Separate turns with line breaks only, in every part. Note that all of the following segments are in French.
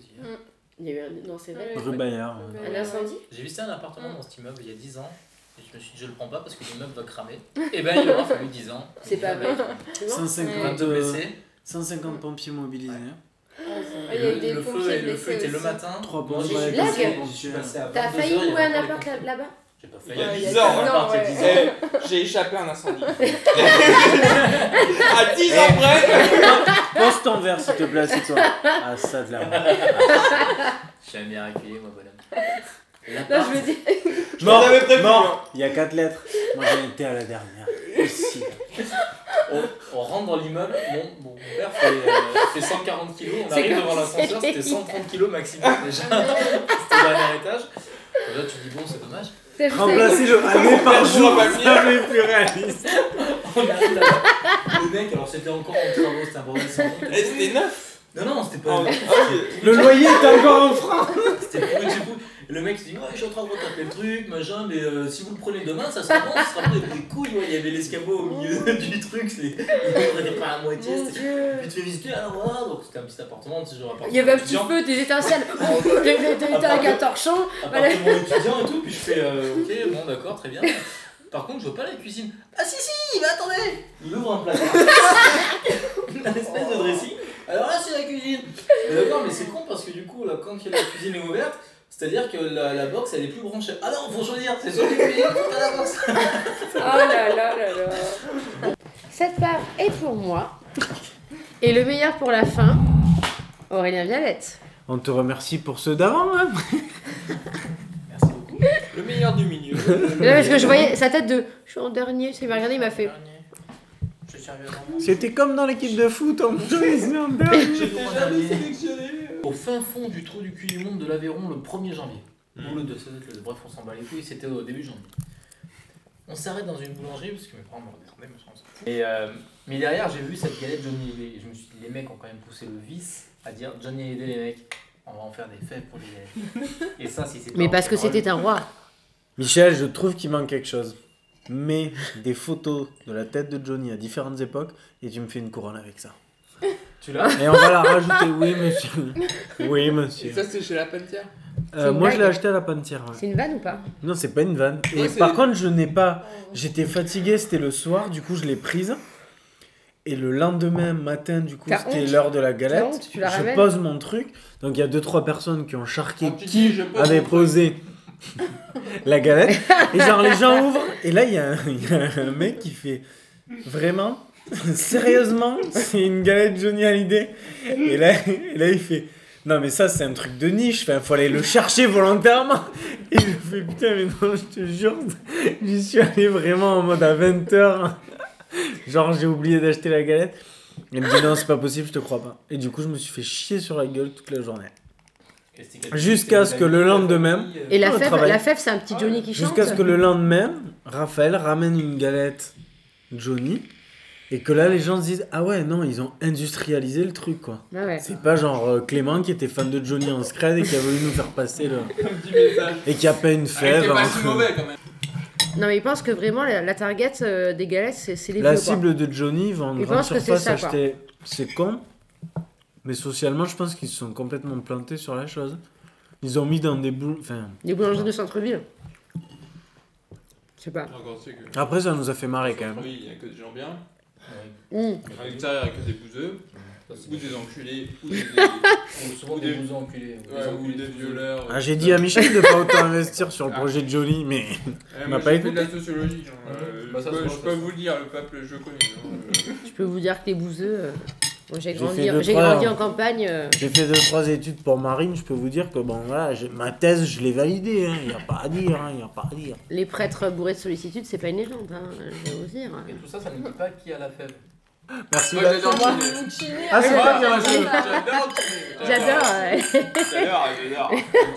aussi.
Il y a eu un... Non, c'est vrai.
Rue Bayard.
Un incendie.
J'ai visité un appartement dans cet immeuble il y a 10 ans. Et je me suis dit, je le prends pas parce que l'immeuble va cramer. Et ben, il aura fallu 10 ans.
C'est pas vrai.
22 blessés.
150 pompiers mobilisés.
Il y a eu des
Le
pompiers
feu était
blessés
le
aussi.
matin.
3
Moi,
pompiers
j'ai
blague.
je suis passé à
T'as
22
failli
heures, il y
louer
avait
un
encore
appart
les
là-bas?
J'ai pas
Il y a
failli.
10 ans,
appart il y a 10 ans.
J'ai échappé à un incendie. À 10 ans près.
Pose ton verre s'il te plaît, assieds-toi. Ah, ça de la
J'aime bien accueillir, moi, bonhomme.
Non, je veux dire.
Mort. Il y a 4 lettres. Moi j'ai été à la dernière. Ici.
On rentre dans l'immeuble, mon père fait 140 kg, on
C'est
arrive
comme
devant
si
l'ascenseur,
c'était
c'était 130 kg maximum déjà. C'était le dernier étage. Et là tu dis bon c'est dommage.
Remplacer le année par jour,
pas
ça fait plus réaliste.
On arrive là-bas. Le mec, alors c'était encore en travaux, c'était un bordel sans nom.
Et c'était neuf.
Non, c'était pas.
Le loyer est encore en franc.
C'était pourri de chez vous. Et le mec se dit ouais je suis en train de retaper le truc, machin, mais si vous le prenez demain ça sera bon, ça sera bon. Des couilles, ouais, il y avait l'escabeau au milieu du truc, il prenait pas à moitié.
Mon
Puis
Dieu.
tu fais visiter alors voilà, donc c'était un petit appartement, tu sais, genre appartement
Il y avait un petit
étudiant.
feu, des étincelles. T'étais avec un torchon.
Appartement étudiant et tout, puis je fais ok, bon d'accord, très bien. Par contre, je vois pas la cuisine. Ah si, mais attendez. Il ouvre un placard. Un espèce de dressing. Alors là, c'est la cuisine. Et d'accord, mais c'est con parce que du coup, là, quand la cuisine est ouverte, c'est-à-dire que la box, elle est plus branchée. Ah non, faut choisir, c'est soit la cuisine, soit la box.
Oh là là là là. Cette part est pour moi. Et le meilleur pour la fin, Aurélien Violette.
On te remercie pour ceux d'avant. Hein.
Merci beaucoup.
Le meilleur du milieu.
Là, parce que je voyais sa tête de je suis en dernier, il m'a regardé, il m'a fait.
Je suis arrivé avant.
C'était comme dans l'équipe de foot, on jouait en dernier.
J'étais jamais sélectionné.
Au fin fond du trou du cul du monde de l'Aveyron le 1er janvier. Ou le 2, ça doit être le. Bref, on s'en bat les couilles, c'était au début janvier. On s'arrête dans une boulangerie parce que mes parents me redescendaient, machin, on s'en fout. Mais derrière, j'ai vu cette galette Johnny Hallyday et je me suis dit, les mecs ont quand même poussé le vice à dire Johnny Hallyday, les mecs, on va en faire des fèves pour les galettes. Et ça, si c'est pas.
Mais parce que c'était un roi.
Michel, je trouve qu'il manque quelque chose. Mets des photos de la tête de Johnny à différentes époques et tu me fais une couronne avec ça.
Tu l'as?
Et on va la rajouter, oui monsieur. Oui
Et
monsieur.
ça, c'est chez la Panthère.
C'est une
Moi je l'ai
blague.
acheté à la Panthère. Ouais.
C'est une vanne ou pas?
Non, c'est pas une vanne. Et
Ouais, c'est-
par contre, je n'ai pas. J'étais fatigué, c'était le soir, du coup je l'ai prise. Et le lendemain matin, du coup,
T'as
c'était
honte
l'heure de la
T'as
galette.
honte, tu la
Je
ramènes
pose mon truc. Donc il y a 2-3 personnes qui ont charqué
Donc, tu dis, je pose
avait
mon truc.
posé la galette. Et genre les gens ouvrent. Et là, il y a un mec qui fait vraiment, sérieusement, c'est une galette Johnny Hallyday. Et là, il fait. Non mais ça c'est un truc de niche, enfin, faut aller le chercher volontairement. Et je fais putain mais non je te jure, j'y suis allé vraiment en mode à 20h. Genre j'ai oublié d'acheter la galette. Il me dit non c'est pas possible, je te crois pas. Et du coup je me suis fait chier sur la gueule toute la journée. Jusqu'à ce que le lendemain-
Et la
Oh, le
fève,
travail.
c'est un petit Johnny qui chante.
Jusqu'à ce que le lendemain, Raphaël ramène une galette Johnny. Et que là les gens se disent ah ouais non ils ont industrialisé le truc quoi.
Ah ouais.
C'est pas genre Clément qui était fan de Johnny en scred et qui a voulu nous faire passer le...
Un petit message.
Et qui a peint une
Ah, il
fève.
était pas
entre-
si mauvais quand même.
Non, mais ils pensent que vraiment la target des galettes, c'est les
La
vieux, quoi.
cible de Johnny va en
Ils
grande
pensent que c'est
surface
ça, quoi.
acheter. C'est con. Mais socialement, je pense qu'ils se sont complètement plantés sur la chose. Ils ont mis dans des boules. Enfin,
Les boulangeries de centre-ville. Je sais pas.
Encore, tu sais que.
après, ça nous a fait marrer quand même.
Il y a que des gens bien.
Mmh.
À l'extérieur, il y a que des bouseux. Ou des enculés. Ou des.
Souvent
Ou
des
des-
bouseux enculés.
Ouais, ou des violeurs.
Ah, j'ai dit à Michel de pas autant investir sur le projet de Johnny, mais
Eh,
m'a
moi,
pas
j'ai fait de la
écouté.
sociologie. Genre,
Bah, ça se voit,
je
ça
peux
se
vous le dire, le peuple, je connais.
Je peux vous dire que les bouseux. Moi, j'ai
J'ai
grandi,
fait deux,
j'ai
trois,
grandi
hein.
en campagne.
J'ai fait 2-3 études pour Marine. Je peux vous dire que bon, voilà, ma thèse, je l'ai validée. Il n'y a pas à dire. Y a pas à dire.
Les prêtres bourrés de sollicitude, c'est pas une légende, hein, je vais vous dire.
Et tout ça, ça ne dit pas qui a la fève.
Merci.
Moi,
Baptiste.
j'adore
Moi,
Chine.
vous chiner.
Ah, c'est
Moi,
toi qui as la fève.
J'adore Chine.
J'adore. Ouais.
J'adore.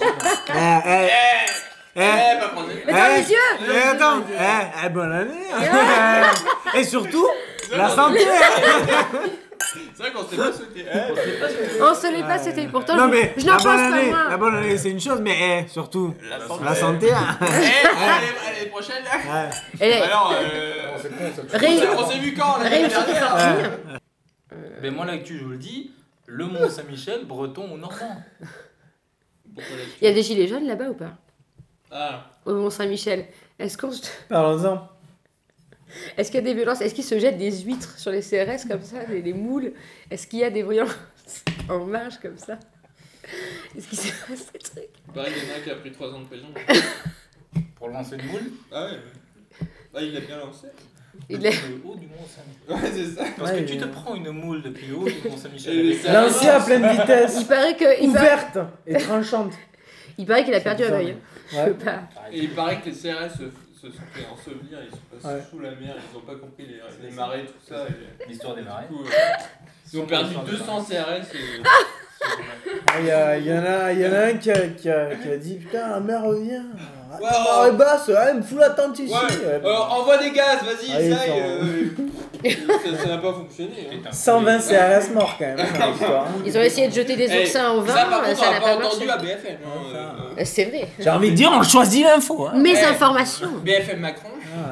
Eh,
Pas prendre des-
Mais dans les yeux
attends, bonne année. Et surtout, la santé.
C'est vrai qu'on s'est pas sauté.
On se l'est pas, c'était pourtant.
Non
je-
mais
je n'en
la
pense
bonne
pas
année,
moins.
la bonne année c'est une chose, mais surtout
La
la santé. Hein.
L'année prochaine, là.
Ouais.
Et
Alors,
C'est con, ça.
Réussite
on s'est vu quand l'année
réussite et
dernière
fortune.
Mais moi, l'actu, je vous le dis, le Mont-Saint-Michel, breton ou normand.
Pourquoi là-dessus
Il y a des gilets jaunes là-bas ou pas?
Ah,
Au Mont-Saint-Michel. Est-ce
Parlons-en.
qu'il y a des violences? Est-ce qu'ils se jettent des huîtres sur les CRS comme ça, des moules? Est-ce qu'il y a des violences en marche comme ça? Est-ce qu'il s'est passé des trucs?
pareil, il y en a un qui a pris 3 ans de prison.
Pour lancer une moule,
Ah ouais. Ah, il l'a bien lancé.
Il est...
depuis le haut du Mont-Saint-Michel.
Ouais, c'est ça.
Parce
Ouais,
que tu te
mais-
prends une moule depuis le haut du
Et les
Mont-Saint-Michel.
CRS.
Lancé à pleine vitesse,
Il paraît que...
ouverte et tranchante.
Il paraît qu'il a perdu un
bizarre.
œil. Je
Ouais.
peux pas.
Et il paraît que les CRS se sont fait ensevelir, ils se passent
Ouais.
sous la mer, ils n'ont pas compris les marées, tout ça. Et,
L'histoire des marais.
du coup, ils ont perdu 200 CRS. Et...
Il y en a un qui a dit putain, la mer revient.
Ouais,
La marée basse, elle me fout la tente ici.
Ouais, envoie des gaz, vas-y,
Allez,
essaye. Ça n'a pas fonctionné. Hein.
120 CRS morts quand même dans l'histoire.
Ils ont essayé de jeter des
Eh,
oursins au vin,
ça, par contre,
ça
on
n'a
n'a
pas
pas entendu
marché.
à BFM. Hein,
C'est vrai.
J'ai envie de dire, on choisit l'info. Hein.
Mes
Ouais.
informations.
BFM Macron.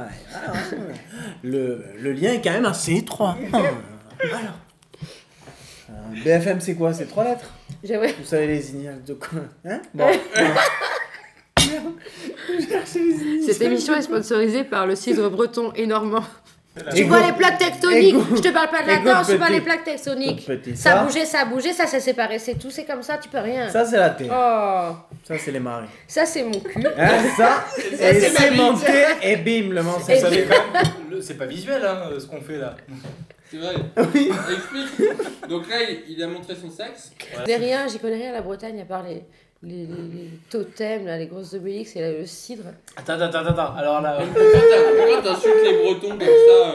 Le lien est quand même assez étroit. Alors. BFM, c'est quoi? C'est 3 lettres?
J'aimerais...
Vous savez les initiales de quoi? Hein? Bon.
Cette émission est sponsorisée par le cidre breton et normand. Tu
Écoute-
vois les plaques tectoniques?
écoute-
Je te parle pas de la
écoute,
danse, je te parle
petit-
des plaques tectoniques.
Petit
Ça a bougé, ça s'est séparé, c'est tout, c'est comme ça, tu peux rien.
Ça, c'est la terre.
Oh,
Ça, c'est les marées.
ça c'est mon cul.
Hein, ça,
c'est
et
ma
c'est
bite.
monté et bim, le mont
Et-
Ça, c'est quand même- c'est pas visuel hein, ce qu'on fait là.
C'est vrai.
Oui.
Explique. Donc là, il a montré son sexe.
Je connais rien, j'y connais rien à la Bretagne à part les totems, là, les grosses obélix et là, le cidre.
Attends. Alors là.
Pourquoi t'insultes les Bretons comme ça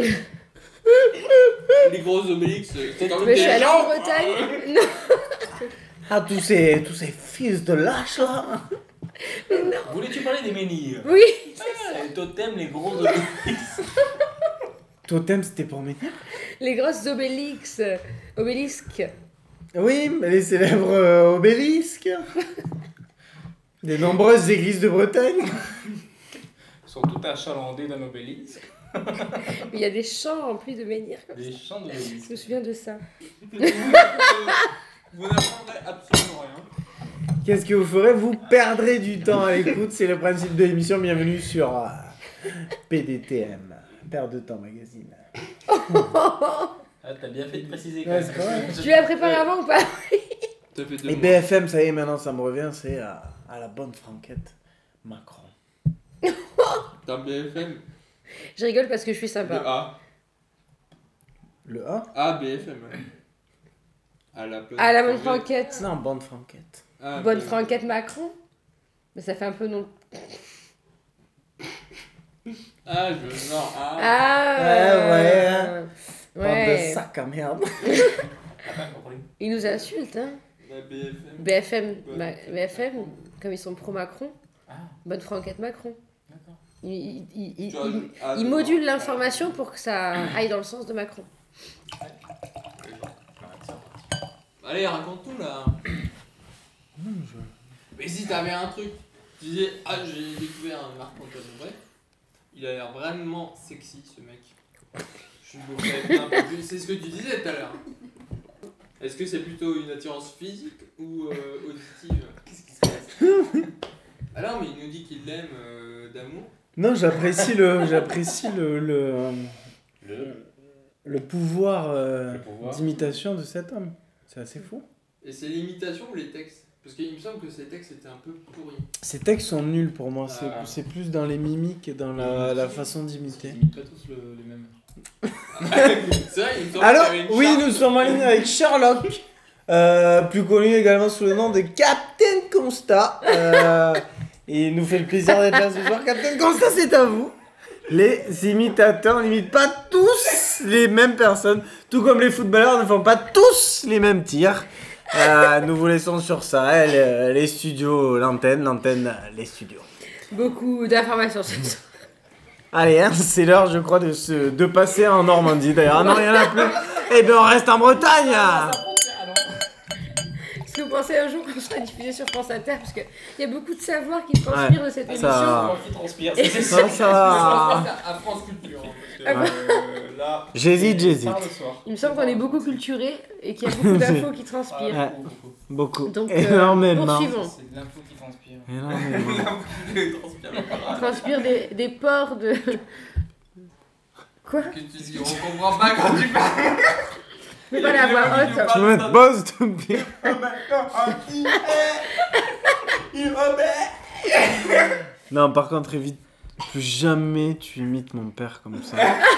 Les gros obélix, c'est quand même
Mais je suis
des
allée en
gens.
Bretagne. Non.
Ah, tous ces fils de lâches là.
Voulais-tu parler des menhirs?
Oui.
Les totems, les gros obélisques.
Totem, c'était pour menhir?
Les grosses obélix. Obélisques.
Oui, mais les célèbres obélisques. Des nombreuses églises de Bretagne.
Ils sont tout achalandés d'un obélisque.
Il y a des champs remplis de menhirs.
Des champs
Je
d'obélisques.
me souviens de ça.
Vous n'apprendrez absolument rien.
Qu'est-ce que vous ferez? Vous perdrez du temps à l'écoute. C'est le principe de l'émission. Bienvenue sur PDTM. Perte de temps magazine.
Ah, t'as bien fait de préciser.
Ouais, c'est pas vrai.
Tu l'as préparé avant ou pas?
Ça fait 2
Et
mois.
BFM, ça y est, maintenant ça me revient, c'est à la bonne franquette Macron.
Dans BFM.
Je rigole parce que je suis
De
sympa.
A.
Le A?
A, BFM. À la place.
Ah, la
de
bonne
Franquette.
franquette.
Non, bonne franquette.
Ah,
Bonne
BFM.
franquette Macron. Mais ça fait un peu non.
Ah, je. Non, ah.
Ah
Ouais. Bande de
Ouais.
sac à merde.
Ils nous insultent, hein.
La BFM.
BFM,
Ouais.
BFM, comme ils sont pro-Macron.
Ah,
Bonne franquette Macron.
d'accord.
Ils
Tu rajoutes A
ils
dedans.
modulent l'information pour que ça aille dans le sens de Macron.
Allez, raconte tout là. Mais si t'avais un truc, tu disais, ah, j'ai découvert un Marc-Antoine Aubray. Il a l'air vraiment sexy ce mec. Je me ferais un peu plus. C'est ce que tu disais tout à l'heure. Est-ce que c'est plutôt une attirance physique ou auditive? Qu'est-ce qui se passe? Alors, mais il nous dit qu'il l'aime d'amour.
Non, j'apprécie le pouvoir,
pouvoir.
d'imitation de cet homme. C'est assez fou.
Et c'est l'imitation ou les textes? Parce qu'il me semble que ces textes étaient un peu pourris.
Ces textes sont nuls pour moi.
Ah.
C'est plus dans les mimiques et dans la façon
Ils
d'imiter.
imitent pas tous les mêmes.
C'est vrai, il me semble
Alors,
qu'il y avait une
oui,
charte.
nous sommes en ligne avec Sherlock, plus connu également sous le nom de Captain Constat. Et il nous fait le plaisir d'être là ce soir. Captain Constat, c'est à vous. Les imitateurs n'imitent pas tous les mêmes personnes, tout comme les footballeurs ne font pas tous les mêmes tirs. Nous vous laissons sur ça, les studios, l'antenne, les studios.
Beaucoup d'informations ce soir.
Allez, hein, c'est l'heure, je crois, de passer en Normandie. D'ailleurs, ah non, il n'y en a plus. Eh bien, on reste en Bretagne.
Est-ce que vous penser un jour qu'on sera diffusé sur France Inter, parce qu'il y a beaucoup de savoir qui transpire de cette émission.
Ça-
Qui transpire,
Ça, ça...
à France Culture. Hein,
Ah
parce que, là,
J'hésite.
tard le soir.
Il me semble qu'on est beaucoup culturés et qu'il y a beaucoup d'infos qui transpirent.
Ouais. Beaucoup.
Donc,
Énormément.
poursuivons.
C'est de l'info qui transpire.
Énormément.
Transpire des ports de... Quoi?
Que tu dis, on comprend pas quand tu parles.
Je peux pas la voix haute.
Tu peux mettre pause, s'il te plaît. Non, par contre, évite. Plus jamais tu imites mon père comme ça.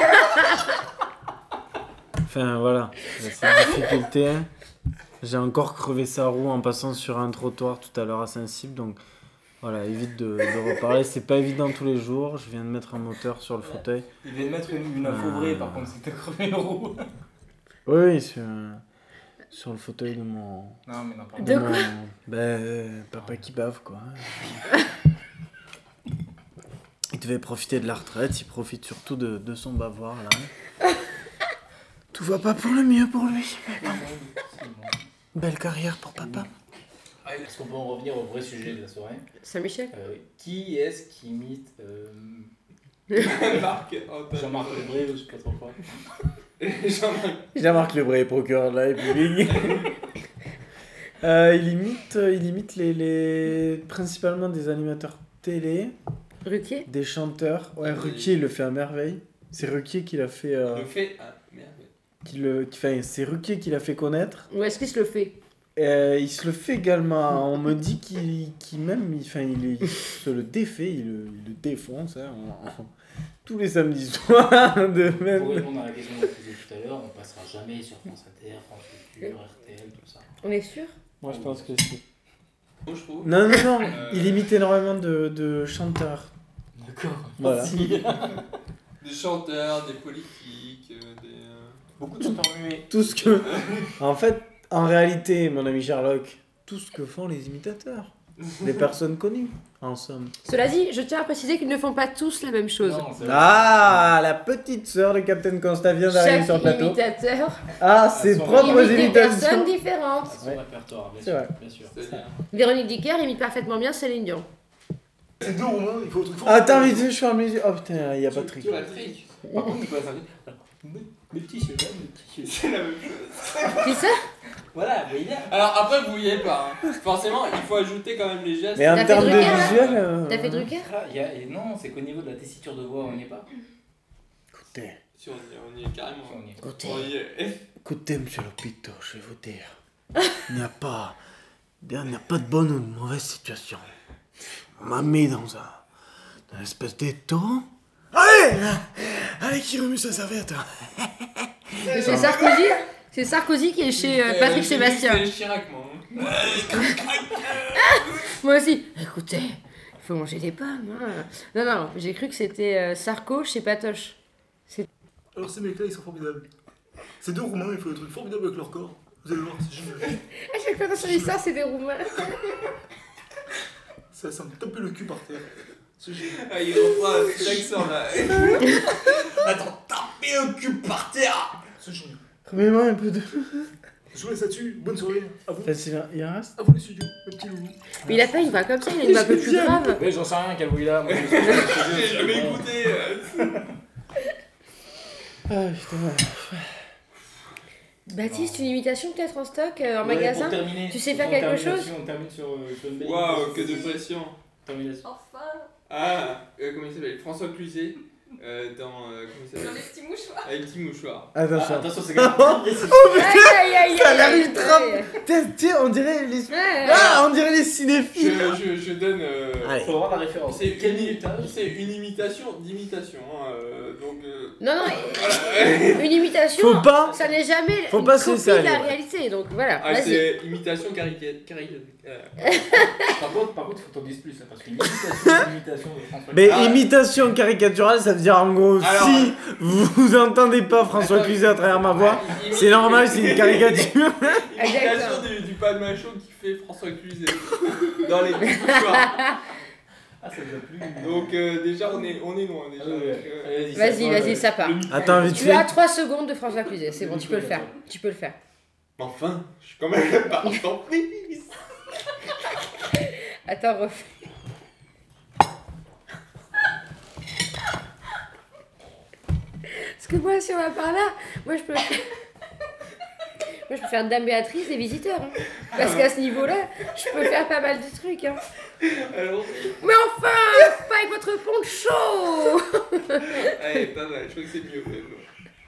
Enfin, voilà. C'est cette difficulté. J'ai encore crevé sa roue en passant sur un trottoir tout à l'heure à Saint-Cybe, donc voilà, évite de reparler. C'est pas évident tous les jours. Je viens de mettre un moteur sur le fauteuil.
Il vient de mettre une info vraie, par contre, c'était crevé une roue.
Oui, sur le fauteuil de mon.
Non, mais non, pas
De quoi?
Papa qui bave, quoi. Il devait profiter de la retraite, il profite surtout de son bavoir, là. Tout va pas pour le mieux pour lui. Belle carrière pour papa.
Est-ce qu'on peut en revenir au vrai sujet de la soirée?
Saint-Michel?
Qui est-ce qui imite
Marc, Antoine.
Jean-Marc Lebré ou je sais pas trop quoi?
Jean-Marc Lebré, procureur de la République. Il imite principalement des animateurs télé,
Ruquier?
des chanteurs. Ouais, Ruquier, il le fait à merveille. C'est Ruquier qui l'a fait.
Le fait. Ah, merde.
C'est Ruquier qui l'a fait connaître.
Ou est-ce qu'il se le fait?
Il se le fait également. On me dit qu'il même, il se le défait, il le défonce hein, tous les samedis soirs de
Pour
même.
répondre à la question que je posais tout à l'heure, on passera jamais sur France Inter, France Culture, RTL, tout ça.
On est sûr?
Moi, je pense que c'est.
Moi, je trouve.
Non, il imite énormément de chanteurs.
D'accord.
Voilà.
Des chanteurs, des politiques, des.
Beaucoup de chanteurs muets.
Tout ce que. En fait, en réalité, mon ami Sherlock, tout ce que font les imitateurs. Les personnes connues, en somme.
Cela dit, je tiens à préciser qu'ils ne font pas tous la même chose.
Non, c'est
Ah, la petite sœur de Captain Constant vient d'arriver sur le
Chaque
plateau.
imitateur
Ah, ses
Son-
propres
imite des personnes
imitations.
différentes.
Son
Ouais.
répertoire, bien
C'est
sûr.
vrai.
Bien sûr.
C'est-à-dire.
Véronique Dicker imite parfaitement bien Céline Dion.
C'est deux roumains, il faut le truc fort.
Attends, vite, je suis en musique. Oh putain, il y a Patrick.
Patrick.
Par contre, il peut faire mes petits cheveux, mes petits cheveux.
C'est la même chose.
Qui ça?
Voilà, vous voyez bien.
Alors après, vous voyez pas. Hein. Forcément, il faut ajouter quand même les gestes.
Mais en
T'as fait
termes de
Drucker, là
visuel.
T'as fait Drucker?
Ah, et non, c'est qu'au niveau de la tessiture de voix, on n'y est pas.
Écoutez,
Si on y est carrément.
On y est.
Écoutez.
On y est.
écoutez, monsieur Lopito, je vais vous dire. Il n'y a pas de bonne ou de mauvaise situation. On m'a mis dans une espèce d'étau. Allez, qui remue sa serviette.
C'est Sarkozy? C'est Sarkozy qui est chez Patrick Sébastien.
C'est Chirac, moi. Hein.
Moi aussi. Écoutez, il faut manger des pommes. Hein. Non, j'ai cru que c'était Sarko chez Patoche.
Alors ces mecs-là, ils sont formidables. Ces deux roumains, ils font des trucs formidables avec leur corps. Vous allez voir, c'est génial.
À chaque fois dans son histoire, c'est des Roumains.
Ça me tapait le cul par terre. C'est génial.
Ah, il reprend cet accent là. Attends, taper le cul par terre.
C'est génial.
Remets-moi un peu de.
Je vous laisse là-dessus. Bonne soirée. À vous.
Il en reste.
À vous les studios. Le petit loulou.
Mais il a pas une voix comme ça, il a une voix un peu plus grave.
Ouais, j'en sais rien, quel bruit là. Moi,
J'ai jamais écouté.
Ah putain.
Baptiste, une imitation peut-être en stock, en magasin? Tu sais faire quelque chose?
On termine sur une belle
Waouh, que de pression.
termination.
Enfin,
Ah, comment il s'appelle? François Cluzet. Dans. Comment il
dans
s'appelle?
les petits mouchoirs.
Avec petit mouchoir.
Attention.
Attention, c'est quand même.
Aïe,
Ça
aïe,
l'arrive
aïe.
trop. Tiens, on dirait les.
Ouais.
Ah, on dirait les cinéphiles.
Je donne.
Allez.
Faut avoir la référence.
C'est
Quel
une,
minutage?
c'est une imitation d'imitation. Hein, donc.
Non, une imitation,
Faut pas.
ça n'est jamais
Faut
une
pas se
copie
laisser
de la
aller, ouais.
réalité, donc voilà,
Ah,
vas-y.
c'est imitation caricature.
Par contre, faut t'en dire plus, là, parce qu'une imitation de François.
Mais
Ah.
imitation caricaturale, ça veut dire en gros,
Alors-
si vous entendez pas François Cluzet à travers ma voix, c'est normal, c'est une caricature.
Imitation du palmacho qui fait François Cluzet dans les petits mouchoirs.
Ah, ça doit plus.
Donc déjà on est loin déjà.
Ah ouais.
Donc,
Allez,
Vas-y, ça part.
Attends, vite
Tu as
fait.
3 secondes de François Cluzet, c'est bon, tu peux le faire. Tu peux le faire.
Mais enfin, je suis quand même le partant fils.
Attends, refais. Parce que moi, si on va par là, moi je peux faire Dame Béatrice des visiteurs. Hein. Parce qu'à ce niveau-là, je peux faire pas mal de trucs. Hein.
Alors,
Mais enfin, pas avec votre poncho.
allez, pas mal, je crois que c'est mieux même.